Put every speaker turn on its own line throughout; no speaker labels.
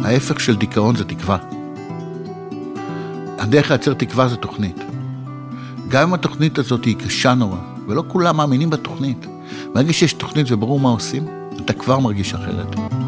ההפך של דיכאון זה תקווה. הדרך לייצר תקווה זה תוכנית. גם אם התוכנית הזאת היא קשה נורא, ולא כולם מאמינים בתוכנית. ברגע שיש תוכנית וברור מה עושים, אתה כבר מרגיש אחרת.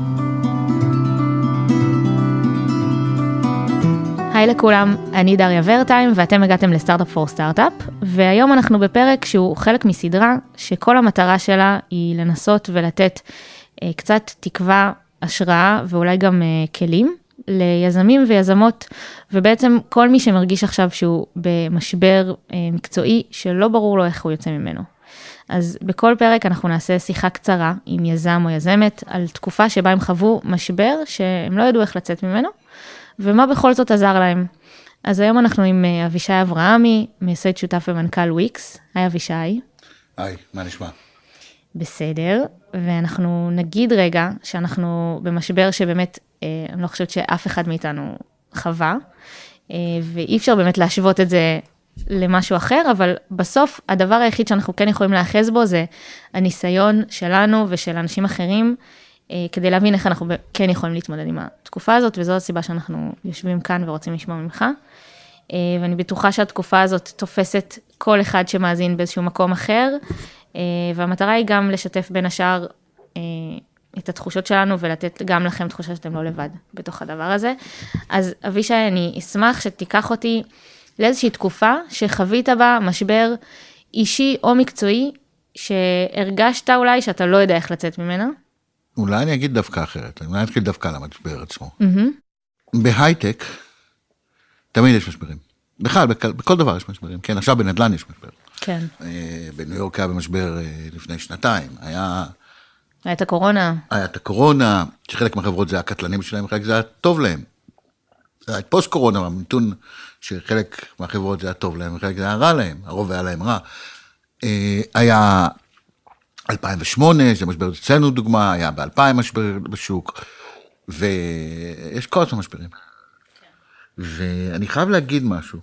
היי לכולם, אני דריה ורטיים, ואתם הגעתם לסטארט-אפ פור סטארט-אפ, והיום אנחנו בפרק שהוא חלק מסדרה, שכל המטרה שלה היא לנסות ולתת קצת תקווה, השראה, ואולי גם כלים, ליזמים ויזמות, ובעצם כל מי שמרגיש עכשיו שהוא במשבר מקצועי, שלא ברור לו איך הוא יוצא ממנו. אז בכל פרק אנחנו נעשה שיחה קצרה עם יזם או יזמת, על תקופה שבה הם חוו משבר שהם לא ידעו איך לצאת ממנו, ומה בכל זאת עזר להם. אז היום אנחנו עם אבישי אברהמי, מייסד שותף ומנכ"ל וויקס. היי אבישי.
היי, מה נשמע?
בסדר, ואנחנו נגיד רגע שאנחנו במשבר שבאמת, אני לא חושבת שאף אחד מאיתנו חווה, ואי אפשר באמת להשוות את זה למשהו אחר, אבל בסוף הדבר היחיד שאנחנו כן יכולים לאחז בו זה הניסיון שלנו ושל אנשים אחרים, כדי להבין איך אנחנו כן יכולים להתמודד עם התקופה הזאת, וזו הסיבה שאנחנו יושבים כאן ורוצים לשמוע ממך. ואני בטוחה שהתקופה הזאת תופסת כל אחד שמאזין באיזשהו מקום אחר, והמטרה היא גם לשתף בין השאר את התחושות שלנו, ולתת גם לכם תחושה שאתם לא לבד בתוך הדבר הזה. אז אבישי, אני אשמח שתיקח אותי לאיזושהי תקופה שחווית בה משבר אישי או מקצועי, שהרגשת אולי שאתה לא יודע איך לצאת ממנה.
אולי אני אגיד דווקא אחרת, אני אתחיל דווקא על המשבר עצמו. בהייטק, תמיד יש משברים. בכלל, בכל דבר יש משברים. כן, עכשיו בנדל"ן יש משבר.
כן.
בניו יורק היה במשבר לפני שנתיים. היה
את הקורונה.
היה את הקורונה, שחלק מהחברות זה היה קטלנים שלהם, חלק זה היה טוב להם. זה היה פוסט קורונה, המתון שחלק מהחברות זה היה טוב להם, וחלק זה היה רע להם, הרוב היה להם רע. היה 2008, זה משבר אצלנו דוגמה, היה ב-2000 משבר בשוק, ויש כל הזמן משברים. ואני חייב להגיד משהו,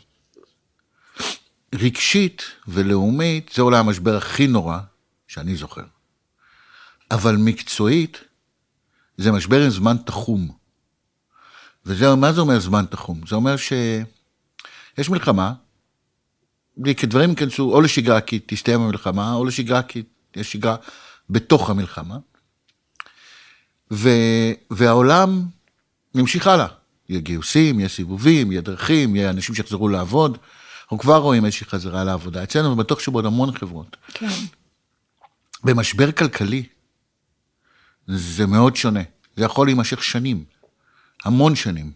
רגשית ולאומית, זה אולי המשבר הכי נורא שאני זוכר. אבל מקצועית, זה משבר עם זמן תחום. מה זה אומר זמן תחום? זה אומר שיש מלחמה, כדברים יכנסו או לשגרה כי תסתיים המלחמה, או לשגרה כי יש שגרה בתוך המלחמה, והעולם ממשיך הלאה. יהיה גיוסים, יהיה סיבובים, יהיה דרכים, יהיה אנשים שיחזרו לעבוד, אנחנו כבר רואים איזושהי חזרה לעבודה. אצלנו ובטוח שבעוד המון חברות.
כן.
במשבר כלכלי, זה מאוד שונה. זה יכול להימשך שנים, המון שנים.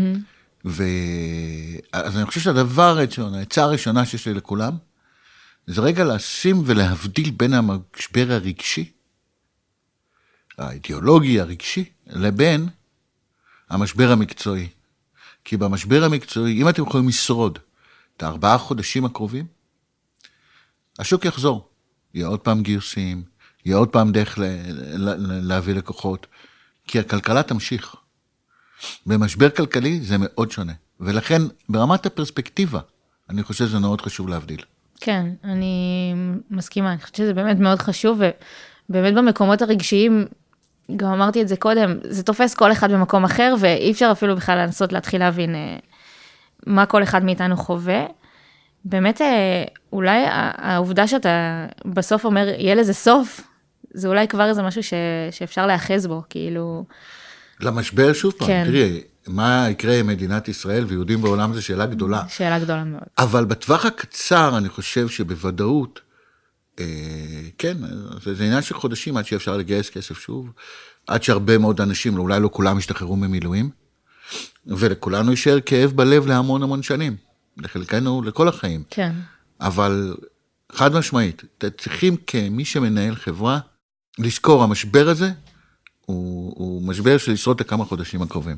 אז אני חושב שהדבר הראשון, העצה הראשונה שיש לי לכולם, זה רגע לשים ולהבדיל בין המשבר הרגשי, האידיאולוגי הרגשי, לבין המשבר המקצועי. כי במשבר המקצועי, אם אתם יכולים לשרוד את 4 חודשים הקרובים, השוק יחזור. יהיה עוד פעם גיוסים, יהיה עוד פעם דרך להביא לקוחות, כי הכלכלה תמשיך. במשבר כלכלי זה מאוד שונה. ולכן, ברמת הפרספקטיבה, אני חושב שזה מאוד חשוב להבדיל.
כן, אני מסכימה, אני חושבת שזה באמת מאוד חשוב, ובאמת במקומות הרגשיים, גם אמרתי את זה קודם, זה תופס כל אחד במקום אחר, ואי אפשר אפילו בכלל לנסות להתחיל להבין מה כל אחד מאיתנו חווה. באמת, אולי העובדה שאתה בסוף אומר, יהיה לזה סוף, זה אולי כבר איזה משהו שאפשר לאחז בו, כאילו...
למשבר שוב פעם,
כן.
תראי, מה יקרה עם מדינת ישראל ויהודים בעולם זה שאלה גדולה.
שאלה גדולה מאוד.
אבל בטווח הקצר אני חושב שבוודאות, כן, זה עניין של חודשים עד שאפשר לגייס כסף שוב, עד שהרבה מאוד אנשים, אולי לא כולם ישתחררו ממילואים, ולכולנו יישאר כאב בלב להמון המון שנים, לחלקנו, לכל החיים.
כן.
אבל חד משמעית, צריכים כמי שמנהל חברה, לזכור, המשבר הזה, הוא משבר של לשרוד לכמה חודשים הקרובים.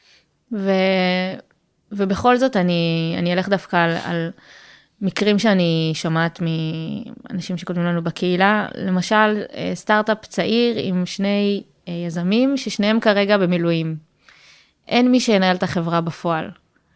ובכל זאת אני אלך דווקא על מקרים שאני שומעת מאנשים שכותבים לנו בקהילה, למשל סטארט-אפ צעיר עם 2 יזמים ששניהם כרגע במילואים. אין מי שינהל את החברה בפועל.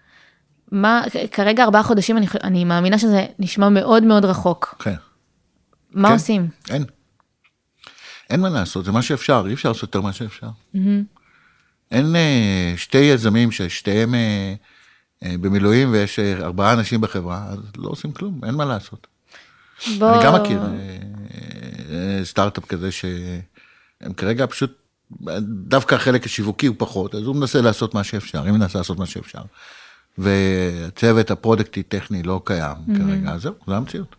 כרגע 4 חודשים אני מאמינה שזה נשמע מאוד מאוד רחוק.
כן.
מה עושים?
אין מה לעשות, זה מה שאפשר, אי אפשר לעשות יותר מה שאפשר. אין שתי יזמים ששתיהם במילואים ויש 4 אנשים בחברה, אז לא עושים כלום, אין מה לעשות. אני גם מכיר סטארט-אפ כזה שהם כרגע פשוט, דווקא החלק השיווקי הוא פחות, אז הוא מנסה לעשות מה שאפשר, אם מנסה לעשות מה שאפשר. והצוות הפרודקטי טכני לא קיים כרגע, אז זהו, זה המציאות.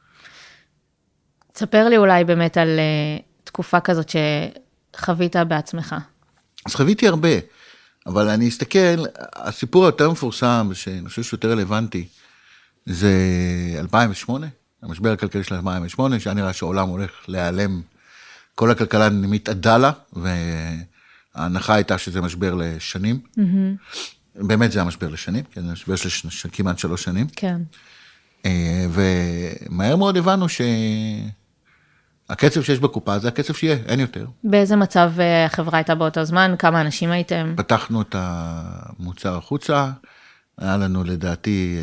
תספר לי אולי באמת על תקופה כזאת שחווית בעצמך.
אז חוויתי הרבה, אבל אני אסתכל, הסיפור היותר מפורסם, שאני חושב שיותר רלוונטי, זה 2008, המשבר הכלכלי של 2008, שהיה נראה שהעולם הולך להיעלם, כל הכלכלה מתעדה לה, וההנחה הייתה שזה משבר לשנים. באמת זה היה משבר לשנים, כן, משבר של כמעט 3 שנים.
כן.
ומהר מאוד הבנו שהקצב שיש בקופה זה הקצב שיהיה, אין יותר.
באיזה מצב החברה הייתה באותו זמן? כמה אנשים הייתם?
פתחנו את המוצר החוצה, היה לנו לדעתי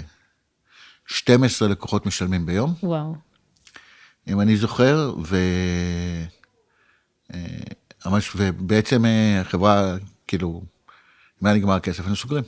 12 לקוחות משלמים ביום.
וואו.
אם אני זוכר, ובעצם החברה, כאילו, אם היה נגמר הכסף, היינו סוגרים.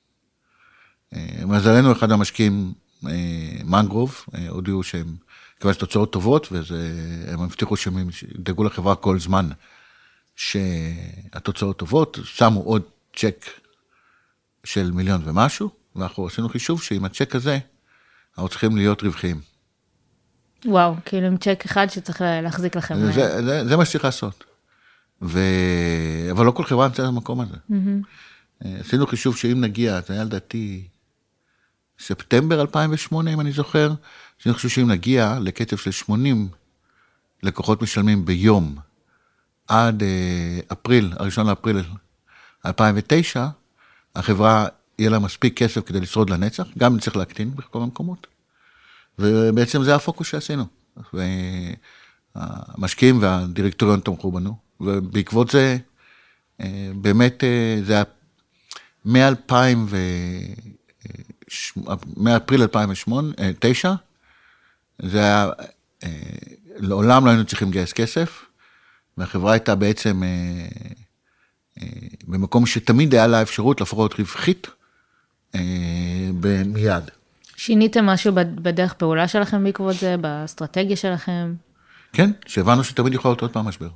מזלנו, אחד המשקיעים, מנגרוב, הודיעו שהם כיוון תוצאות טובות, והם הבטיחו שהם ידאגו לחברה כל זמן שהתוצאות טובות, שמו עוד צ'ק של 1,000,000 ומשהו, ואנחנו עשינו חישוב שעם הצ'ק הזה, אנחנו צריכים להיות רווחיים.
וואו, כאילו עם צ'ק אחד שצריך להחזיק לכם.
זה מה שצריך לעשות. אבל לא כל חברה נמצאת במקום הזה. עשינו חישוב שאם נגיע, זה היה לדעתי ספטמבר 2008, אם אני זוכר, שאני חושב שאם נגיע לקצב של 80 לקוחות משלמים ביום, עד אפריל, 1 לאפריל 2009, החברה יהיה לה מספיק כסף כדי לשרוד לנצח, גם צריך להקטין בכל המקומות. ובעצם זה הפוקוס שעשינו. והמשקיעים והדירקטוריון תמכו בנו, ובעקבות זה, באמת זה היה מאפריל 2009, זה היה, לעולם לא היינו צריכים לגייס כסף, והחברה הייתה בעצם במקום שתמיד היה לה אפשרות לפחות רווחית מיד. שיניתם
משהו בדרך פעולה שלכם בעקבות זה, באסטרטגיה שלכם?
כן, שהבנו שתמיד יכול להיות עוד פעם משבר.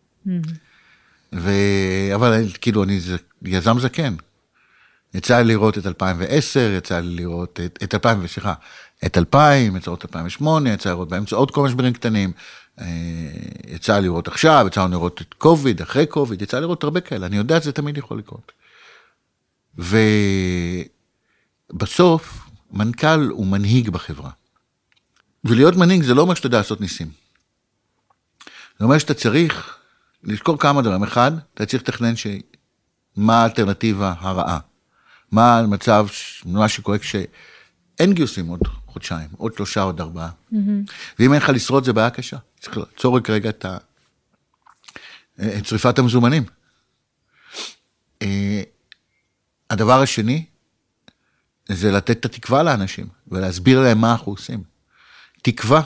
אבל כאילו אני יזם זקן. יצא לי לראות את 2010, יצא לי לראות את 2000, יצא לראות 2008, יצא לראות באמצע עוד כל משברים קטנים, יצא לראות עכשיו, יצא לראות את קוביד, אחרי קוביד, יצא לראות הרבה כאלה, אני יודע שזה תמיד יכול לקרות. ובסוף, מנכ"ל הוא מנהיג בחברה. ולהיות מנהיג זה לא אומר שאתה יודע לעשות ניסים. זה אומר שאתה צריך לזכור כמה דברים. אחד, אתה צריך לתכנן מה האלטרנטיבה הרעה. מה המצב, מה שקורה כשאין גיוסים עוד חודשיים, עוד 3, עוד 4. ואם אין לך לשרוד, זה בעיה קשה. צריך לעצור רגע את צריפת המזומנים. הדבר השני, זה לתת את התקווה לאנשים, ולהסביר להם מה אנחנו עושים. תקווה,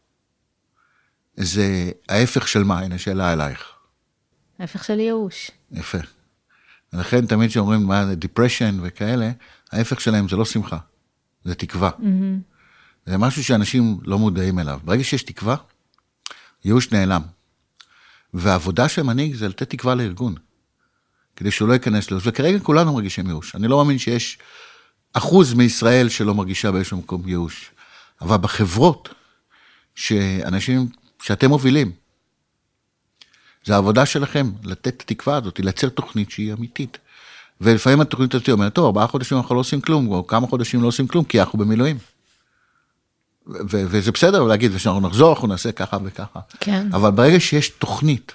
זה ההפך של מה? הנה שאלה אלייך.
ההפך של ייאוש.
יפה. ולכן תמיד שאומרים מה זה depression וכאלה, ההפך שלהם זה לא שמחה, זה תקווה. זה משהו שאנשים לא מודעים אליו. ברגע שיש תקווה, ייאוש נעלם. והעבודה של מנהיג זה לתת תקווה לארגון, כדי שהוא לא ייכנס לייאוש. וכרגע כולנו מרגישים ייאוש. אני לא מאמין שיש 1% מישראל שלא מרגישה באיזשהו מקום ייאוש. אבל בחברות, שאנשים, שאתם מובילים, זה העבודה שלכם, לתת את התקווה הזאת, לייצר תוכנית שהיא אמיתית. ולפעמים התוכנית הזאת אומרת, טוב, 4 חודשים אנחנו לא עושים כלום, או כמה חודשים לא עושים כלום, כי אנחנו במילואים. וזה בסדר להגיד, ושאנחנו נחזור, אנחנו נעשה ככה וככה.
כן.
אבל ברגע שיש תוכנית,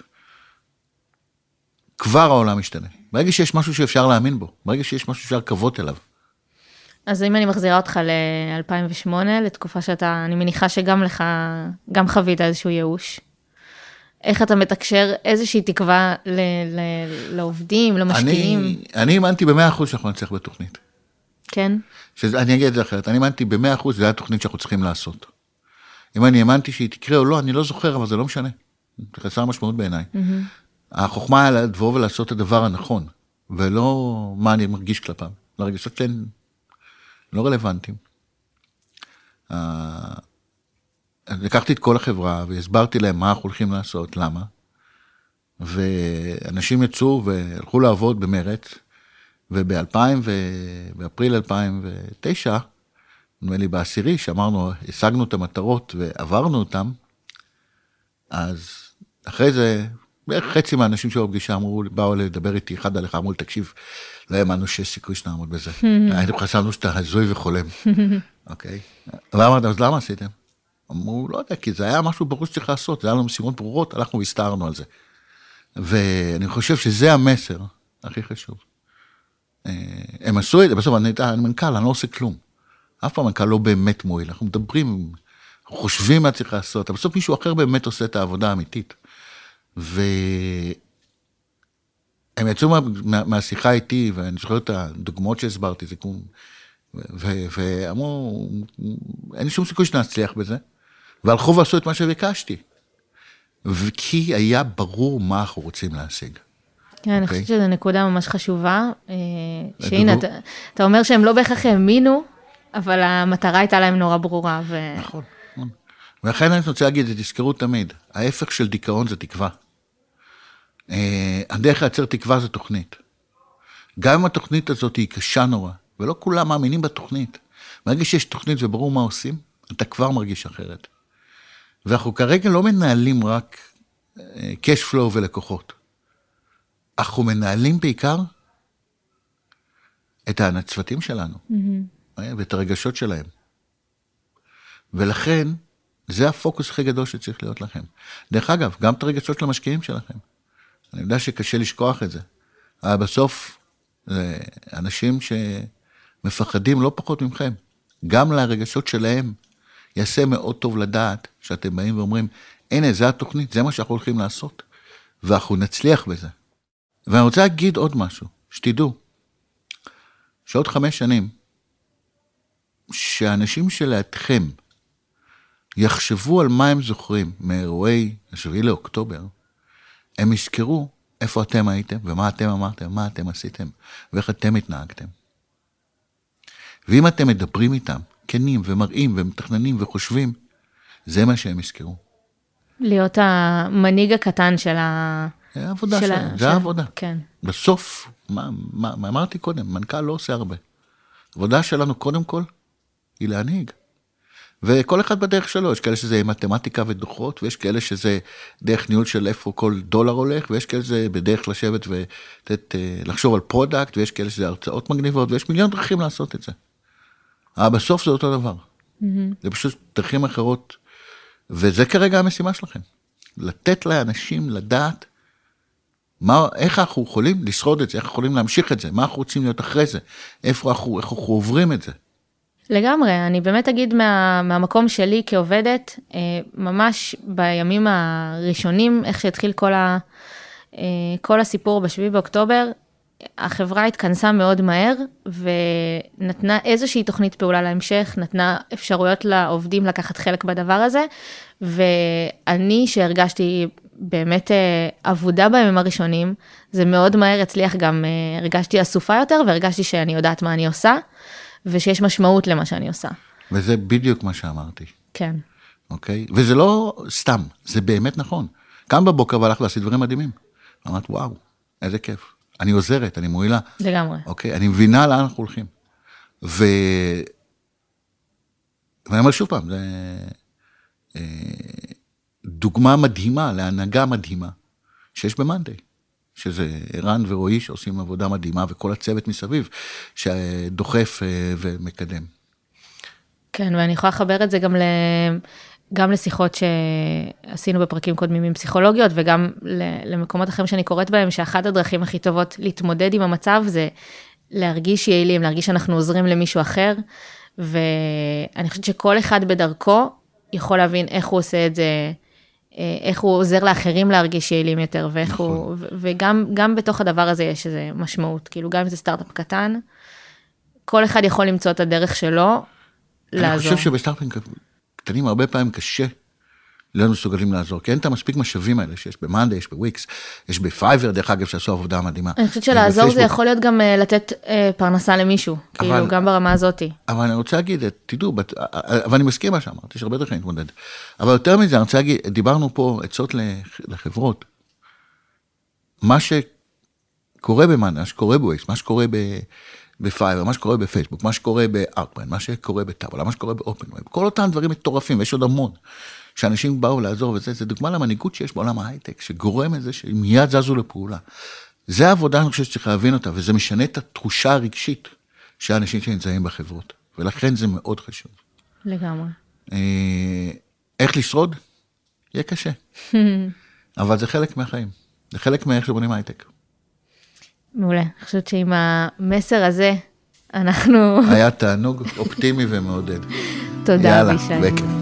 כבר העולם משתנה. ברגע שיש משהו שאפשר להאמין בו, ברגע שיש משהו שאפשר לקוות אליו.
אז אם אני מחזירה אותך ל-2008, לתקופה שאתה, אני מניחה שגם לך, גם חווית איזשהו ייאוש. איך אתה מתקשר איזושהי תקווה לעובדים, למשקיעים?
אני האמנתי ב100% שאנחנו נצליח בתוכנית.
כן.
אני אגיד את זה אחרת, אני האמנתי ב100% זה היה תוכנית שאנחנו צריכים לעשות. אם אני האמנתי שהיא תקרה או לא, אני לא זוכר, אבל זה לא משנה. זה חסר משמעות בעיניי. החוכמה היה לבוא ולעשות את הדבר הנכון. ולא מה אני מרגיש כלפיו. לרגשות שהן לא רלוונטיים. לקחתי את כל החברה והסברתי להם מה אנחנו הולכים לעשות, למה. ואנשים יצאו והלכו לעבוד במרץ, ובאפריל 2009, נדמה לי בעשירי, שאמרנו, השגנו את המטרות ועברנו אותם, אז אחרי זה, בערך חצי מהאנשים שהיו בפגישה באו לדבר איתי אחד על אחד, אמרו לי, תקשיב, לא האמנו שיש סיכוי שנעמוד בזה. הייתם חשבנו שאתה הזוי וחולם. אוקיי? אז למה עשיתם? אמרו, לא יודע, כי זה היה משהו ברור שצריך לעשות, זה היה לנו משימות ברורות, הלכנו והסתערנו על זה. ואני חושב שזה המסר הכי חשוב. הם עשו את זה, בסוף אני מנכ"ל, אני לא עושה כלום. אף פעם מנכ"ל לא באמת מועיל, אנחנו מדברים, חושבים מה צריך לעשות, אבל בסוף מישהו אחר באמת עושה את העבודה האמיתית. והם יצאו מהשיחה איתי, ואני זוכר את הדוגמאות שהסברתי, ואמרו, אין לי שום סיכוי שנצליח בזה, והלכו ועשו את מה שביקשתי. וכי היה ברור מה אנחנו רוצים להשיג.
כן, אני חושבת שזו נקודה ממש חשובה, שהנה, אתה אומר שהם לא בהכרח האמינו, אבל המטרה הייתה להם נורא ברורה.
נכון. ולכן אני רוצה להגיד, תזכרו תמיד, ההפך של דיכאון זה תקווה. הדרך לייצר תקווה זה תוכנית. גם אם התוכנית הזאת היא קשה נורא, ולא כולם מאמינים בתוכנית. ברגע שיש תוכנית וברור מה עושים, אתה כבר מרגיש אחרת. ואנחנו כרגע לא מנהלים רק cash flow ולקוחות. אנחנו מנהלים בעיקר את הצוותים שלנו, ואת הרגשות שלהם. ולכן, זה הפוקוס הכי גדול שצריך להיות לכם. דרך אגב, גם את הרגשות של המשקיעים שלכם. אני יודע שקשה לשכוח את זה. אבל בסוף, אנשים שמפחדים לא פחות ממכם. גם לרגשות שלהם, יעשה מאוד טוב לדעת שאתם באים ואומרים, הנה, זה התוכנית, זה מה שאנחנו הולכים לעשות, ואנחנו נצליח בזה. ואני רוצה להגיד עוד משהו, שתדעו, שעוד 5 שנים, שאנשים שלעתכם יחשבו על מה הם זוכרים מאירועי 7 לאוקטובר, הם יזכרו איפה אתם הייתם, ומה אתם אמרתם, מה אתם עשיתם, ואיך אתם התנהגתם. ואם אתם מדברים איתם, כנים ומראים ומתכננים וחושבים, זה מה שהם יזכרו.
להיות המנהיג הקטן של
העבודה שלהם, זה העבודה.
כן.
בסוף, מה אמרתי קודם, מנכ"ל לא עושה הרבה. העבודה שלנו קודם כל, היא להנהיג. וכל אחד בדרך שלו, יש כאלה שזה מתמטיקה ודוחות, ויש כאלה שזה דרך ניהול של איפה כל דולר הולך, ויש כאלה שזה בדרך לשבת ולחשוב על פרודקט, ויש כאלה שזה הרצאות מגניבות, ויש מיליון דרכים לעשות את זה. אבל בסוף זה אותו דבר. זה פשוט דרכים אחרות, וזה כרגע המשימה שלכם. לתת לאנשים לדעת איך אנחנו יכולים לשרוד את זה, איך אנחנו יכולים להמשיך את זה, מה אנחנו רוצים להיות אחרי זה, איך אנחנו עוברים את זה.
לגמרי, אני באמת אגיד מהמקום שלי כעובדת, ממש בימים הראשונים, איך שהתחיל כל הסיפור ב7 באוקטובר, החברה התכנסה מאוד מהר, ונתנה איזושהי תוכנית פעולה להמשך, נתנה אפשרויות לעובדים לקחת חלק בדבר הזה, ואני שהרגשתי באמת עבודה בימים הראשונים, זה מאוד מהר הצליח גם, הרגשתי אסופה יותר, והרגשתי שאני יודעת מה אני עושה, ושיש משמעות למה שאני עושה.
וזה בדיוק מה שאמרתי.
כן.
אוקיי? וזה לא סתם, זה באמת נכון. קם בבוקר והלך לעשות דברים מדהימים. אמרת, וואו, איזה כיף. אני עוזרת, אני מועילה.
לגמרי.
אוקיי? אני מבינה לאן אנחנו הולכים. ואני אומר שוב פעם, זה דוגמה מדהימה, להנהגה מדהימה, שיש במנדי. שזה ערן ורועי שעושים עבודה מדהימה, וכל הצוות מסביב, שדוחף ומקדם.
כן, ואני יכולה לחבר את זה גם לשיחות שעשינו בפרקים קודמים עם פסיכולוגיות, וגם למקומות אחרים שאני קוראת בהם, שאחת הדרכים הכי טובות להתמודד עם המצב, זה להרגיש יעילים, להרגיש שאנחנו עוזרים למישהו אחר, ואני חושבת שכל אחד בדרכו יכול להבין איך הוא עושה את זה, איך הוא עוזר לאחרים להרגיש יעילים יותר, ואיך הוא, וגם בתוך הדבר הזה יש איזו משמעות, כאילו גם אם זה סטארט-אפ קטן, כל אחד יכול למצוא את הדרך שלו, לעזור.
אני חושב שבסטארט-אפים קטנים הרבה פעמים קשה להיות מסוגלים לעזור, כי אין את המספיק משאבים האלה שיש במאנדי, יש בוויקס, יש בפייבר, דרך אגב, שעשו עבודה מדהימה.
אני חושבת שלעזור זה יכול להיות גם לתת פרנסה למישהו, כאילו גם ברמה הזאת.
אבל אני רוצה להגיד, תדעו, אבל אני מסכים מה שאמרת, יש הרבה דרכים להתמודד. אבל יותר מזה, אני רוצה להגיד, דיברנו פה עצות לחברות, מה שקורה במאנדי, מה שקורה בוויקס, מה שקורה בפייבר, מה שקורה בפייסבוק, מה שקורה בארטברן, מה שקורה בטאבלה, מה שקורה באופנווייב, כל אותם דברים מטורפים, ויש עוד המון. שאנשים באו לעזור וזה, זה דוגמה למנהיגות שיש בעולם ההייטק, שגורם את זה שמיד זזו לפעולה. זה העבודה, אני חושב שצריך להבין אותה, וזה משנה את התחושה הרגשית של האנשים שנמצאים בחברות, ולכן זה מאוד חשוב.
לגמרי.
איך לשרוד? יהיה קשה. אבל זה חלק מהחיים. זה חלק מאיך שבונים הייטק.
מעולה. אני חושבת שעם המסר הזה, אנחנו...
היה תענוג אופטימי ומעודד.
תודה,
יאללה,
בישי.
בכיף.